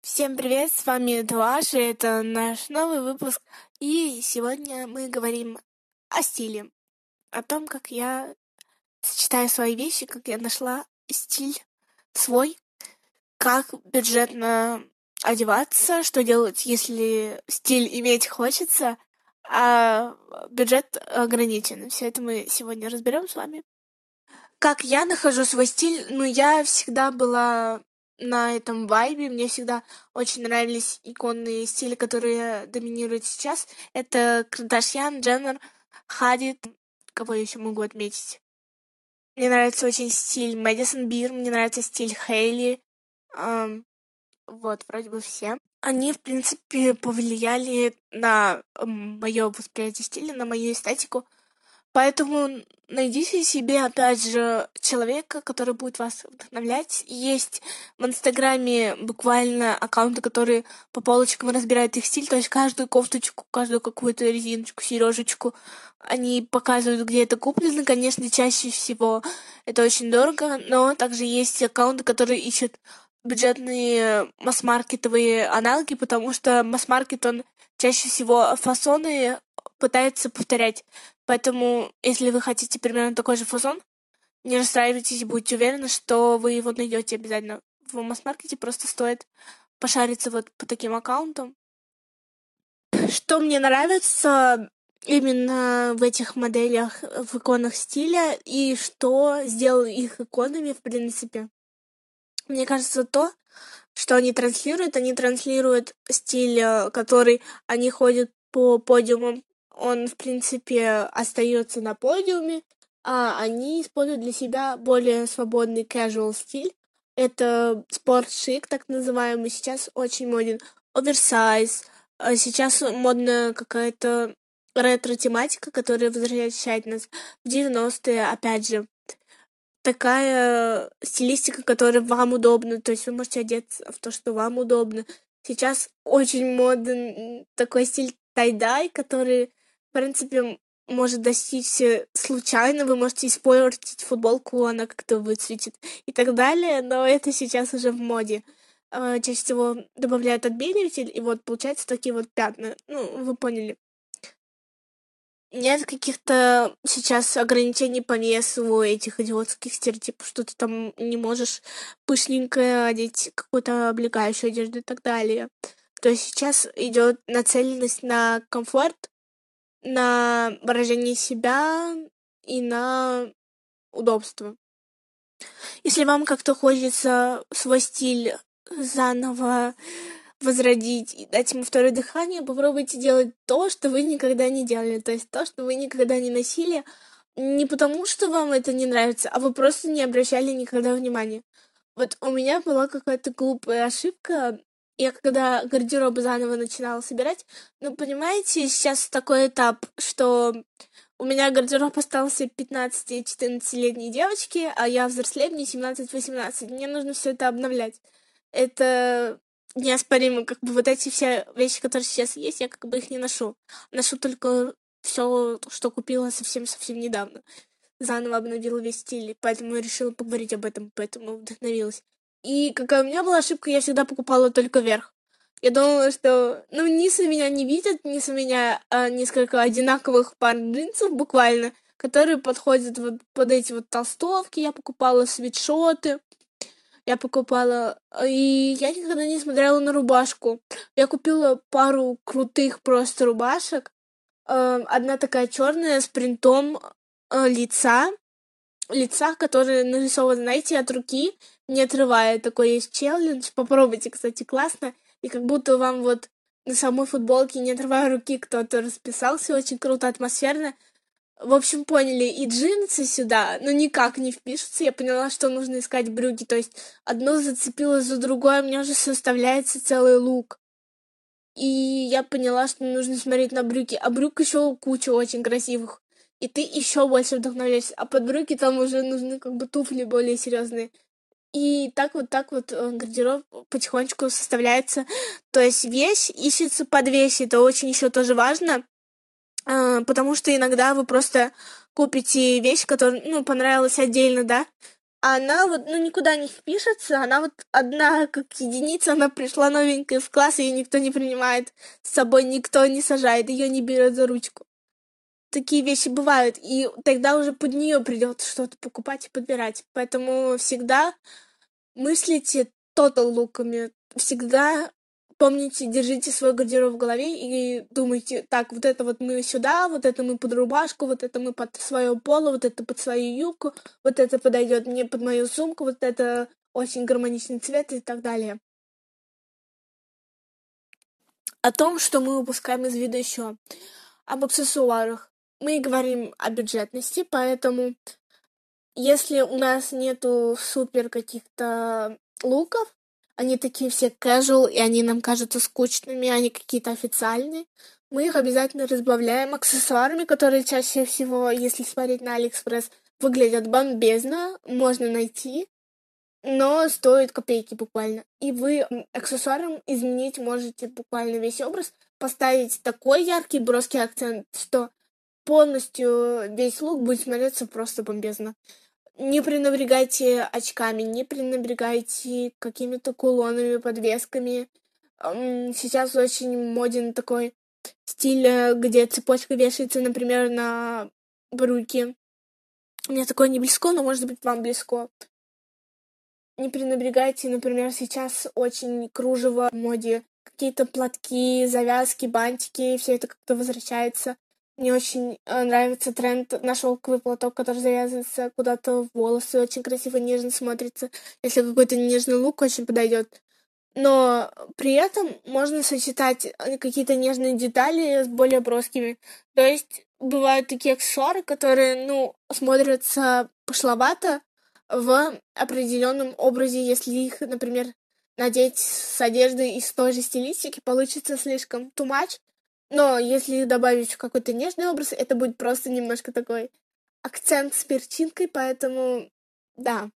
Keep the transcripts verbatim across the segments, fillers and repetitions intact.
Всем привет, с вами Дуаша, это наш новый выпуск, и сегодня мы говорим о стиле, о том, как я сочетаю свои вещи, как я нашла стиль свой, как бюджетно одеваться, что делать, если стиль иметь хочется, а бюджет ограничен. Все это мы сегодня разберем с вами. Как я нахожу свой стиль? Ну, я всегда была на этом вайбе, мне всегда очень нравились иконные стили, которые доминируют сейчас. Это Кардашьян, Дженнер, Хадид, кого я еще могу отметить. Мне нравится очень стиль Мэдисон Бир, мне нравится стиль Хейли. Эм, вот, вроде бы все. Они, в принципе, повлияли на мое восприятие стиля, на мою эстетику. Поэтому найдите себе, опять же, человека, который будет вас вдохновлять. Есть в Инстаграме буквально аккаунты, которые по полочкам разбирают их стиль, то есть каждую кофточку, каждую какую-то резиночку, сережечку они показывают, где это куплено. Конечно, чаще всего это очень дорого, но также есть аккаунты, которые ищут бюджетные масс-маркетовые аналоги, потому что масс-маркет, он чаще всего фасоны пытается повторять. Поэтому, если вы хотите примерно такой же фасон, не расстраивайтесь, будьте уверены, что вы его найдете обязательно. В масс-маркете просто стоит пошариться вот по таким аккаунтам. Что мне нравится именно в этих моделях, в иконах стиля, и что сделало их иконами, в принципе. Мне кажется, то, что они транслируют, они транслируют стиль, который они ходят по подиумам. Он, в принципе, остается на подиуме, а они используют для себя более свободный casual стиль. Это спорт-шик, так называемый, сейчас очень моден. Оверсайз. Сейчас модна какая-то ретро-тематика, которая возвращает нас в девяностые, опять же. Такая стилистика, которая вам удобна, то есть вы можете одеться в то, что вам удобно. Сейчас очень моден такой стиль тай-дай, который, в принципе, может достичь случайно, вы можете испортить футболку, она как-то выцветит и так далее, но это сейчас уже в моде. Чаще всего добавляют отбеливатель, и вот получаются такие вот пятна. Ну, вы поняли. Нет каких-то сейчас ограничений по весу этих идиотских стереотипов, что ты там не можешь пышненько одеть какую-то облегающую одежду и так далее. То есть сейчас идет нацеленность на комфорт, на выражение себя и на удобство. Если вам как-то хочется свой стиль заново возродить и дать ему второе дыхание, попробуйте делать то, что вы никогда не делали, то есть то, что вы никогда не носили, не потому, что вам это не нравится, а вы просто не обращали никогда внимания. Вот у меня была какая-то глупая ошибка, я когда гардероб заново начинала собирать, ну, понимаете, сейчас такой этап, что у меня гардероб остался пятнадцати-четырнадцатилетней девочки, а я взрослею, мне семнадцать-восемнадцать, мне нужно все это обновлять. Это неоспоримо, как бы вот эти все вещи, которые сейчас есть, я как бы их не ношу. Ношу только все, что купила совсем-совсем недавно. Заново обновила весь стиль, поэтому я решила поговорить об этом, поэтому вдохновилась. И какая у меня была ошибка, я всегда покупала только верх. Я думала, что, ну, низ меня не видят, низ у меня а, несколько одинаковых пар джинсов буквально, которые подходят вот под эти вот толстовки. Я покупала свитшоты, я покупала, и я никогда не смотрела на рубашку. Я купила пару крутых просто рубашек. Одна такая черная с принтом лица, лица, которые нарисованы, знаете, от руки, не отрывая. Такой есть челлендж. Попробуйте, кстати, классно. И как будто вам вот на самой футболке, не отрывая руки, кто-то расписался. Очень круто, атмосферно. В общем, поняли, и джинсы сюда, но никак не впишутся. Я поняла, что нужно искать брюки. То есть одно зацепилось за другое, у меня уже составляется целый лук. И я поняла, что нужно смотреть на брюки. А брюк еще куча очень красивых. И ты еще больше вдохновляешься. А под брюки там уже нужны как бы туфли более серьезные. И так вот, так вот гардероб потихонечку составляется. То есть вещь ищется под вещь. Это очень еще тоже важно. Потому что иногда вы просто купите вещь, которая, ну, понравилась отдельно, да, она вот, ну, никуда не впишется, она вот одна как единица, она пришла новенькая в класс, ее никто не принимает с собой, никто не сажает, ее не берет за ручку. Такие вещи бывают, и тогда уже под нее придется что-то покупать и подбирать. Поэтому всегда мыслите тотал луками, всегда помните, держите свой гардероб в голове и думайте, так, вот это вот мы сюда, вот это мы под рубашку, вот это мы под свое поло, вот это под свою юбку, вот это подойдет мне под мою сумку, вот это очень гармоничный цвет и так далее. О том, что мы упускаем из виду еще. Об аксессуарах. Мы говорим о бюджетности, поэтому если у нас нету супер каких-то луков, они такие все casual, и они нам кажутся скучными, они какие-то официальные, мы их обязательно разбавляем аксессуарами, которые чаще всего, если смотреть на Алиэкспресс, выглядят бомбезно, можно найти, но стоят копейки буквально. И вы аксессуаром изменить можете буквально весь образ, поставить такой яркий броский акцент, что полностью весь лук будет смотреться просто бомбезно. Не пренебрегайте очками, не пренебрегайте какими-то кулонами, подвесками. Сейчас очень моден такой стиль, где цепочка вешается, например, на брюки. Мне такое не близко, но, может быть, вам близко. Не пренебрегайте, например, сейчас очень кружево в моде. Какие-то платки, завязки, бантики, все это как-то возвращается. Мне очень э, нравится тренд на шелковый платок, который завязывается куда-то в волосы, очень красиво, нежно смотрится. Если какой-то нежный лук, очень подойдет. Но при этом можно сочетать какие-то нежные детали с более броскими. То есть бывают такие аксессуары, которые, ну, смотрятся пошловато в определенном образе, если их, например, надеть с одеждой из той же стилистики, получится слишком too much. Но если добавить в какой-то нежный образ, это будет просто немножко такой акцент с перчинкой, поэтому да.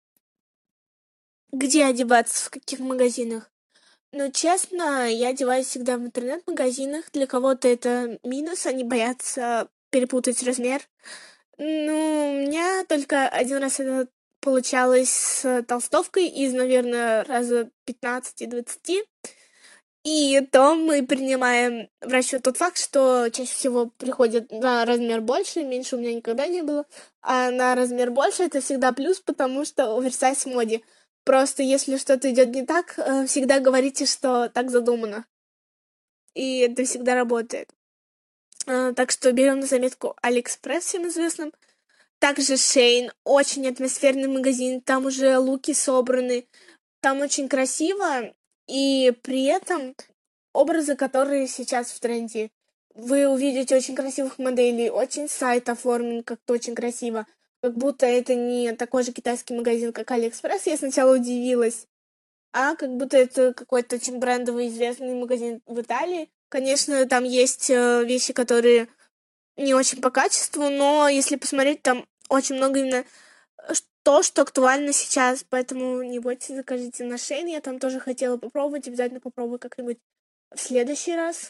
Где одеваться, в каких магазинах? Ну, честно, я одеваюсь всегда в интернет-магазинах. Для кого-то это минус, они боятся перепутать размер. Ну, у меня только один раз это получалось с толстовкой из, наверное, раза пятнадцати-двадцати. И то мы принимаем в расчет тот факт, что чаще всего приходят на размер больше, меньше у меня никогда не было, а на размер больше это всегда плюс, потому что оверсайз в моде. Просто если что-то идет не так, э, всегда говорите, что так задумано. И это всегда работает. Э, Так что берем на заметку Алиэкспресс всем известным. Также Шейн, очень атмосферный магазин, там уже луки собраны, там очень красиво, и при этом образы, которые сейчас в тренде. Вы увидите очень красивых моделей, очень сайт оформлен как-то очень красиво, как будто это не такой же китайский магазин, как Алиэкспресс. Я сначала удивилась, а как будто это какой-то очень брендовый известный магазин в Италии. Конечно, там есть э, вещи, которые не очень по качеству, но если посмотреть, там очень много именно э, ш- то, что актуально сейчас, поэтому не бойтесь, закажите на Шейн. Я там тоже хотела попробовать, обязательно попробую как-нибудь в следующий раз.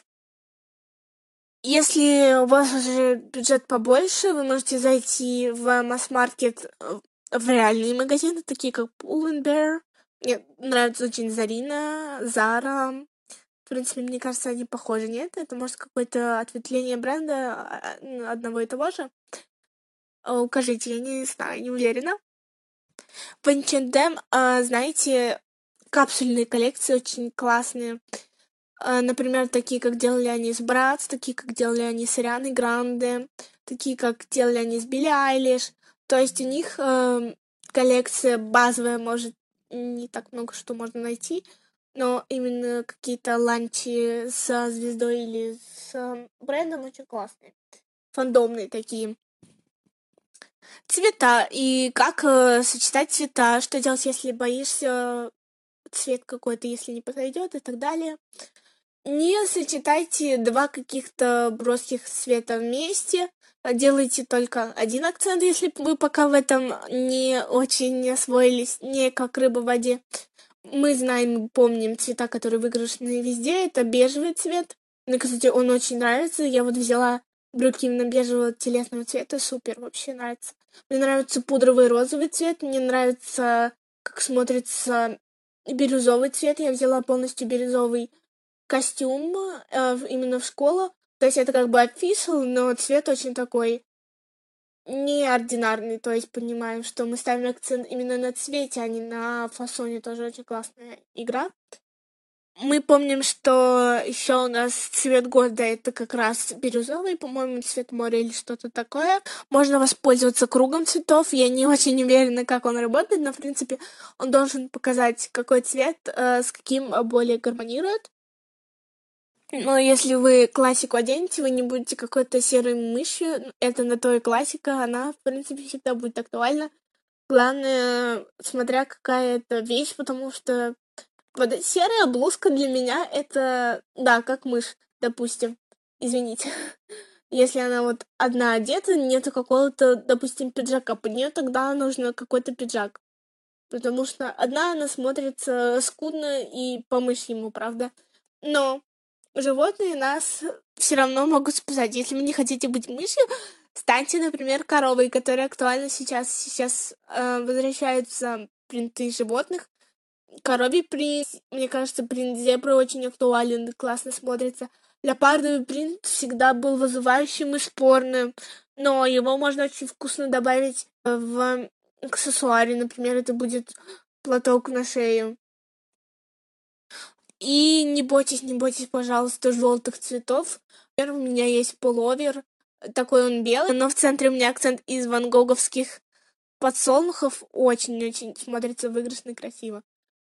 Если у вас уже бюджет побольше, вы можете зайти в масс-маркет, э, в реальные магазины, такие как Pull and Bear. Мне нравится очень Зарина, Зара. В принципе, мне кажется, они похожи, нет? Это может какое-то ответвление бренда а, а, одного и того же. А, Укажите, я не знаю, не уверена. В эйч энд эм, а, знаете, капсульные коллекции очень классные. А, Например, такие, как делали они с Братс, такие, как делали они с Арианой Гранде, такие, как делали они с Билли Айлиш. То есть у них эм, коллекция базовая, может, не так много что можно найти, но именно какие-то ланчи со звездой или с эм, брендом очень классные. Фандомные такие. Цвета. И как э, сочетать цвета. Что делать, если боишься цвет какой-то, если не подойдет и так далее. Не сочетайте два каких-то броских цвета вместе. а Делайте только один акцент, если вы пока в этом не очень освоились, не как рыба в воде. Мы знаем, помним цвета, которые выигрышные везде. Это бежевый цвет. Мне, кстати, он очень нравится. Я вот взяла брюки именно бежевого телесного цвета. Супер, вообще нравится. Мне нравится пудровый розовый цвет, мне нравится, как смотрится бирюзовый цвет. Я взяла полностью бирюзовый костюм э, именно в школу. То есть это как бы official, но цвет очень такой неординарный. То есть понимаем, что мы ставим акцент именно на цвете, а не на фасоне. Тоже очень классная игра. Мы помним, что еще у нас цвет года это как раз бирюзовый, по-моему, цвет моря или что-то такое. Можно воспользоваться кругом цветов. Я не очень уверена, как он работает, но, в принципе, он должен показать, какой цвет э, с каким более гармонирует. Но если вы классику оденете, вы не будете какой-то серой мышью. Это на то и классика, она, в принципе, всегда будет актуальна. Главное, смотря какая это вещь, потому что вот серая блузка для меня это, да, как мышь, допустим. Извините. Если она вот одна одета, нету какого-то, допустим, пиджака под нее, тогда нужно какой-то пиджак. Потому что одна она смотрится скудно и по мышьему, правда. Но животные нас все равно могут спасать. Если вы не хотите быть мышью, станьте, например, коровой, которая актуальна сейчас. Сейчас э, возвращаются принты животных. Коровий принт, мне кажется, принт зебры очень актуален и классно смотрится. Леопардовый принт всегда был вызывающим и спорным, но его можно очень вкусно добавить в аксессуаре. Например, это будет платок на шею. И не бойтесь, не бойтесь, пожалуйста, желтых цветов. Например, у меня есть пуловер, такой он белый, но в центре у меня акцент из ван гоговских подсолнухов. Очень-очень смотрится выигрышно и красиво.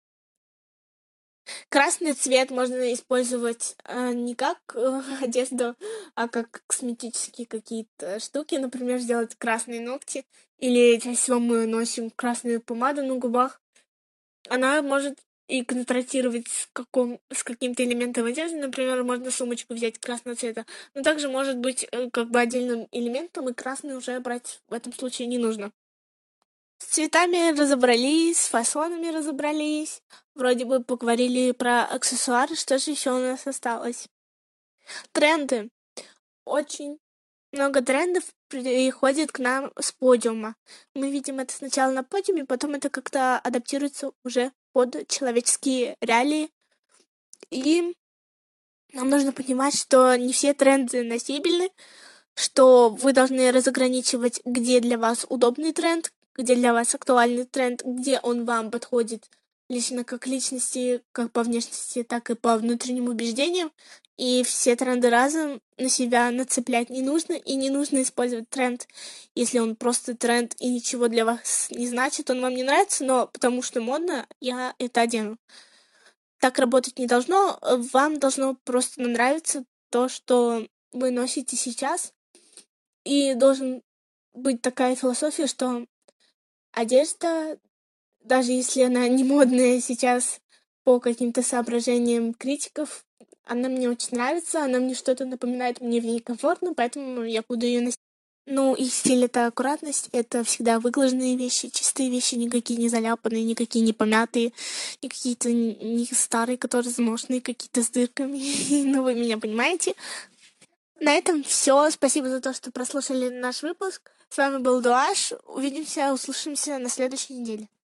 Красный цвет можно использовать э, не как э, одежду, а как косметические какие-то штуки. Например, сделать красные ногти. Или чаще всего мы носим красную помаду на губах. Она может и контрастировать с, каком, с каким-то элементом одежды. Например, можно сумочку взять красного цвета. Но также может быть э, как бы отдельным элементом, и красный уже брать в этом случае не нужно. С цветами разобрались, с фасонами разобрались. Вроде бы поговорили про аксессуары. Что же еще у нас осталось? Тренды. Очень много трендов приходит к нам с подиума. Мы видим это сначала на подиуме, потом это как-то адаптируется уже под человеческие реалии. И нам нужно понимать, что не все тренды носибельны, что вы должны разограничивать, где для вас удобный тренд, где для вас актуальный тренд, где он вам подходит лично как личности, как по внешности, так и по внутренним убеждениям. И все тренды разом на себя нацеплять не нужно, и не нужно использовать тренд, если он просто тренд и ничего для вас не значит, он вам не нравится, но потому что модно, я это одену. Так работать не должно, вам должно просто нравиться то, что вы носите сейчас, и должен быть такая философия, что одежда, даже если она не модная сейчас по каким-то соображениям критиков, она мне очень нравится, она мне что-то напоминает, мне в ней комфортно, поэтому я буду ее носить. Ну и стиль — это аккуратность, это всегда выглаженные вещи, чистые вещи, никакие не заляпанные, никакие не помятые, не какие-то не старые, которые заношенные, какие-то с дырками. Ну вы меня понимаете. На этом все. Спасибо за то, что прослушали наш выпуск. С вами был Дуаш. Увидимся, услышимся на следующей неделе.